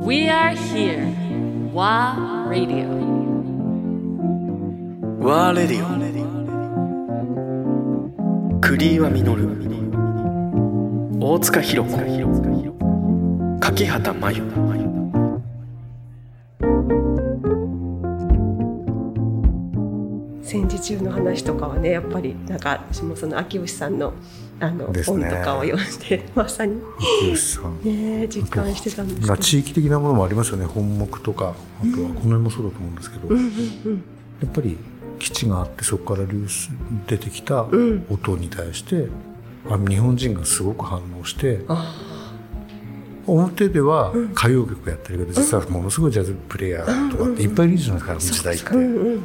We are here. WA Radio. WA Radio。栗岩実、大塚弘子、柿畑真由。 戦時中の話とかはね、やっぱりなんか私もその秋吉さんの本とかを読んでまさに秋吉さん、 ね、実感してたんですけど、 地域的なものもありますよね。本木とか、あとはこの辺もそうだと思うんですけど、やっぱり基地があってそこから出てきた音に対して、日本人がすごく反応して、表では歌謡曲やってるけど、実はものすごいジャズプレイヤーとかっていっぱいいるじゃないですか、時代って。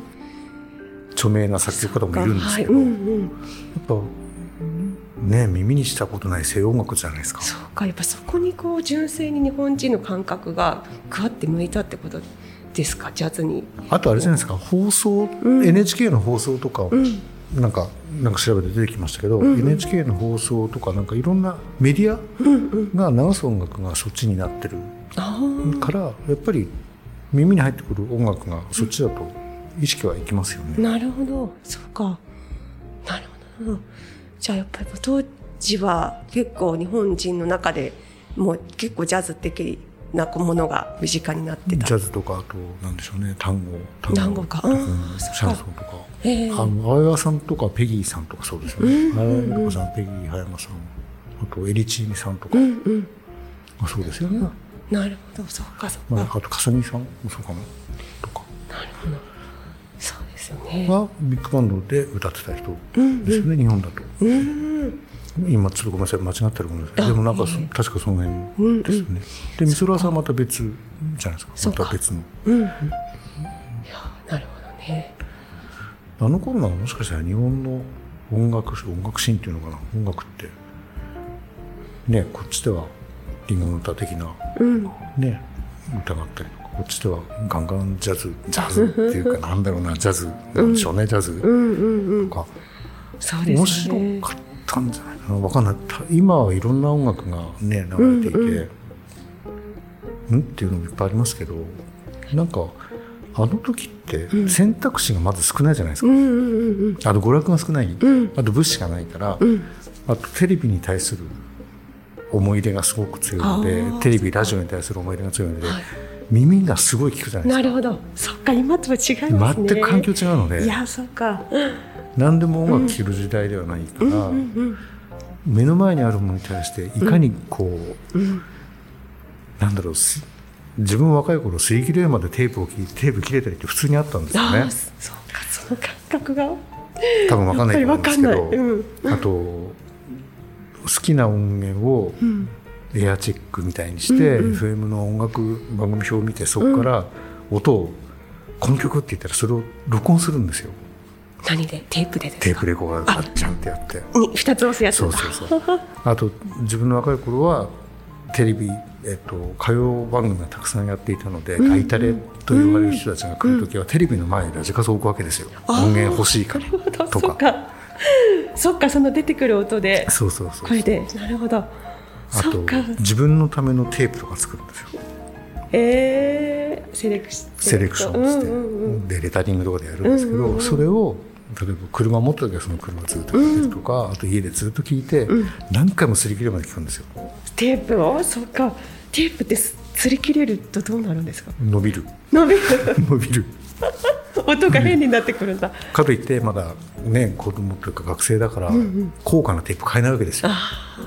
著名な作曲家もいるんですけど、やっぱね、耳にしたことない西洋音楽じゃないですか。 そうか、やっぱそこにこう純粋に日本人の感覚がグワッて向いたってことですか、ジャズに。 あとあれじゃないですか、放送、NHK の放送とかをなんか調べて出てきましたけど、NHK の放送とかなんかいろんなメディアが流す音楽がそっちになってるから、やっぱり耳に入ってくる音楽がそっちだと意識はいきますよね。 なるほど、そうか、なるほど。じゃあやっぱり当時は結構日本人の中でもう結構ジャズ的なものが身近になってた。 ジャズとか、あとなんでしょうね、単語か、シャンソンとか、青山さんとかペギーさんとかそうですよね。青山さん、ペギー、葉山さん、あとエリチーニさんとか、そうですよね。 なるほど、そうかそうか。 あと笠木さんもそうかなとか。 なるほど、そうですよね。 はビッグバンドで歌ってた人ですよね、日本だと。今ちょっとごめんなさい、間違ってるごめんなさい。でもなんか確かその辺ですよね。で美空さんはまた別じゃないですか。また別の。 いや、なるほどね。 あの頃はもしかしたら日本の音楽シーンっていうのかな、音楽ってね、こっちではリンゴの歌的なね歌があったりとか、こっちではガンガンジャズっていうかなんだろうな、ジャズなんでしょうね、ジャズとか。 そうですね。 面白かったんじゃないかな、分かんない。今はいろんな音楽がね流れていて、っていうのもいっぱいありますけど、なんかあの時って選択肢がまず少ないじゃないですか。あと娯楽が少ない、あと物資がないから、あとテレビに対する思い入れがすごく強いので、テレビラジオに対する思い入れが強いので、耳がすごい聞くじゃないですか。 なるほど、そっか、今とは違いますね。 全く環境違うので、 いや、そっか、 何でも音楽聴ける時代ではないから、目の前にあるものに対していかにこう、なんだろう、自分若い頃擦り切れるまでテープ切れたりって普通にあったんですよね。 そうか、その感覚が多分分かんないと思うんですけど、あと好きな音源をエアチェックみたいにして、FM の音楽番組表を見て、そこから音をこの曲って言ったらそれを録音するんですよ。 何で？テープでですか？ テープレコーダーでガッチャンってやって 2つ押すやつ。 そうあと自分の若い頃はテレビ、歌謡番組がたくさんやっていたので、ガイタレと言われる人たちが来るときは、テレビの前にラジカセを置くわけですよ。音源欲しいからとか。 そっか、その出てくる音で、 そうこれで、なるほど。 あと自分のためのテープとか作るんですよ。 セレクションして、でレタリングとかでやるんですけど、それを例えば車持った時はその車ずっと聴いてるとか、あと家でずっと聴いて、何回も擦り切れまで聴くんですよ。 テープを、そっか、テープって擦り切れるとどうなるんですか？ 伸びる音が変になってくるんだ。 かといってまだね、子供というか学生だから、高価なテープ買えないわけですよ。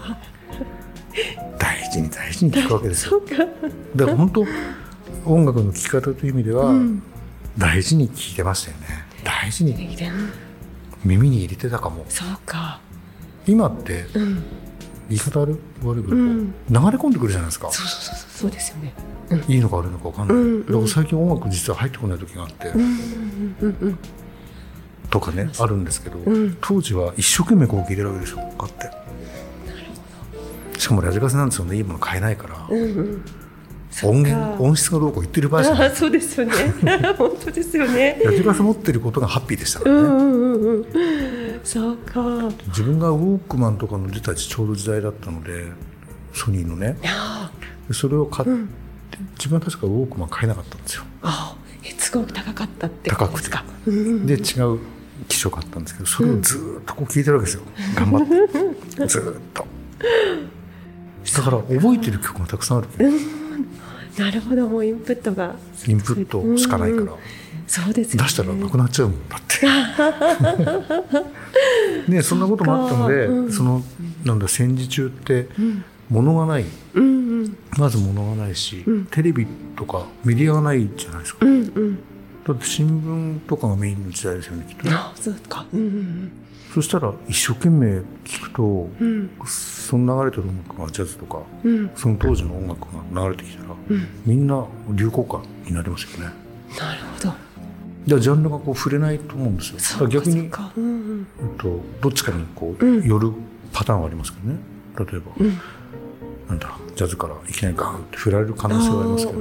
大事に聴くわけですよ。だから本当音楽の聴き方という意味では、大事に聴いてましたよね。大事に耳に入れてたかも。 そうか。 今って、言い方悪いけど、流れ込んでくるじゃないですか。 そうですよね。 いいのか悪いのか分かんない。だから最近音楽実は入ってこない時があって、とかね、あるんですけど、当時は一生懸命こう入れるわけですよ、こうやって。しかもラジカセなんですよね、いいもの買えないから、音質がどうこう言ってる場合じゃない。 そうですよね。本当ですよね。 ラジカセ持ってることがハッピーでしたからね。 そうか。 自分がウォークマンとかの出たちょうど時代だったので、ソニーのね、それを買っ自分は確かウォークマン買えなかったんですよ。 すごく高かったってことですか。 高くて、で違う機種買ったんですけど、それをずっとこう聞いてるわけですよ、頑張ってずっと。だから覚えてる曲がたくさんあるけど、 なるほど、もうインプットしかないから、 そうですよね、 出したらなくなっちゃうもんだってね、そんなこともあったので、なんだ戦時中って物がない、まず物がないし、テレビとかメディアがないじゃないですか、だって新聞とかがメインの時代ですよね、きっとね。 そうか、 そしたら一生懸命聴くと、その流れてる音楽がジャズとか、その当時の音楽が流れてきたら、みんな流行歌になりますよね。 なるほど。 ジャンルがこう触れないと思うんですよ。だから逆にどっちかにこう寄るパターンはありますけどね。例えば、なんだジャズからいきなりガーンって振られる可能性はありますけど、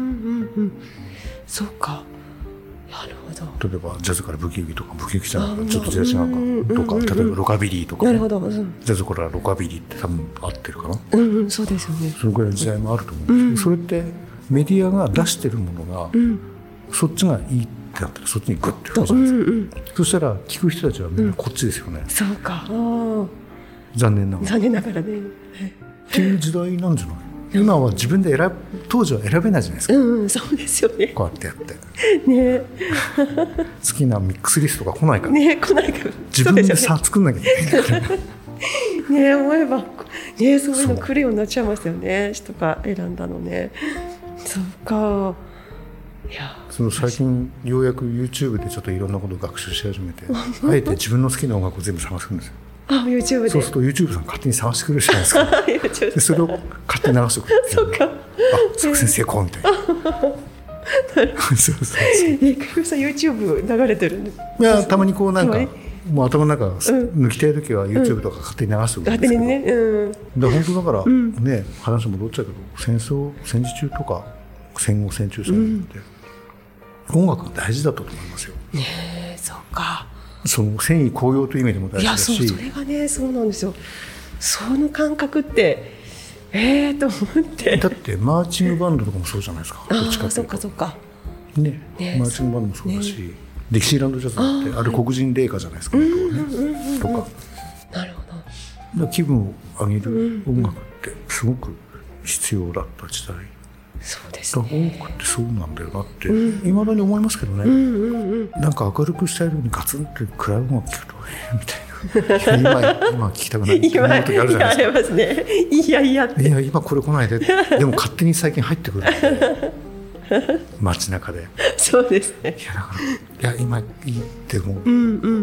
そうか、なるほど。 例えばジャズからブギウギとか、ブギウギじゃなくてちょっと時代違うかとか、例えばロカビリーとか、ね、 なるほど、 ジャズからロカビリーって多分合ってるかな、 そうですよね。 そのぐらいの時代もあると思うんですけど、それってメディアが出してるものが、そっちがいいってなったらそっちにグッて振るじゃないですか、そしたら聞く人たちはみんなこっちですよね、 そうか、 残念ながらねっていう時代なんじゃない。今は自分で当時は選べないじゃないですか、 そうですよね。 こうやってやってね好きなミックスリストが来ないから、 来ないから自分でさ、作んなきゃいけないからね思えばそういうの来るようになっちゃいますよね、人が選んだのね。そうか。いや、 最近ようやく YouTube でちょっといろんなことを学習し始めてあえて自分の好きな音楽を全部探すんですよ。 YouTube で。 そうすると YouTube さん勝手に探してくれるじゃないですかでそれを勝手に流してくれてそうか、 作戦成功みたいなそう久保さん YouTube 流れてるんです。 いや、たまにこうなんかもう頭の中抜きたい時は YouTube とか勝手に流してくれるんですけど、本当だからね、話戻っちゃうけど、戦時中とか戦後戦中戦って、音楽が大事だったと思いますよ。 そうか。 その戦意高揚という意味でも大事だし、 それがね、そうなんですよ。その感覚ってと思って。 だってマーチングバンドとかもそうじゃないですか。どっちかっていうとそうかね、マーチングバンドもそうだし、ディキシーランドジャズだってあれ黒人麗歌じゃないですか、とか。 なるほど。 だから気分を上げる音楽ってすごく必要だった時代。 そうですね。 音楽ってそうなんだよなっていまだに思いますけどね、なんか明るくしたいのにガツンって暗い音楽聴くとみたいな今聴きたくないって思う時あるじゃないですか。 ありますね。いやって、 いや今これ来ないででも勝手に最近入ってくるんで街中で。 そうですね。 いやだからいや今いいって思う。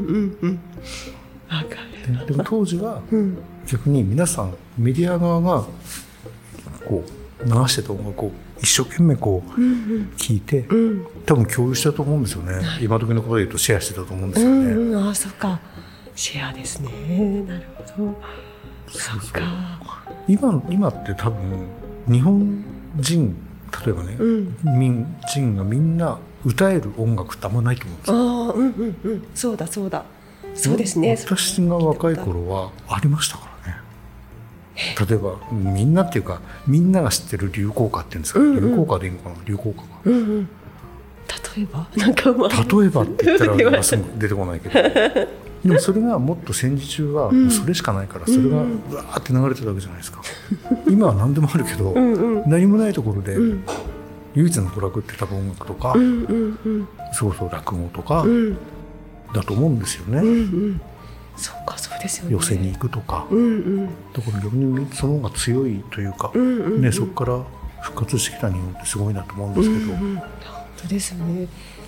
でも当時は逆に皆さんメディア側がこう流してた音楽を一生懸命こう聞いて、多分共有したと思うんですよね。今時のことで言うとシェアしてたと思うんですよね。 そうか、シェアですね。なるほど。そうか。 今って多分日本人、例えばね、民人がみんな歌える音楽ってあんまないと思うんですよ。 そうだそうですね。 私が若い頃はありましたからね。例えばみんなっていうか、みんなが知ってる流行歌っていうんですか、流行歌でいいのかな、流行歌が、 例えばなんか、 例えばって言ったら今すぐ出てこないけどでもそれがもっと戦時中はそれしかないから、それがうわーって流れてるわけじゃないですか。今は何でもあるけど、何もないところで唯一の娯楽って多分音楽とか、そう落語とかだと思うんですよね。 そうですよね。 寄せに行くとか、だから逆にその方が強いというか、そこから復活してきた日本ってすごいなと思うんですけど、 本当ですよね。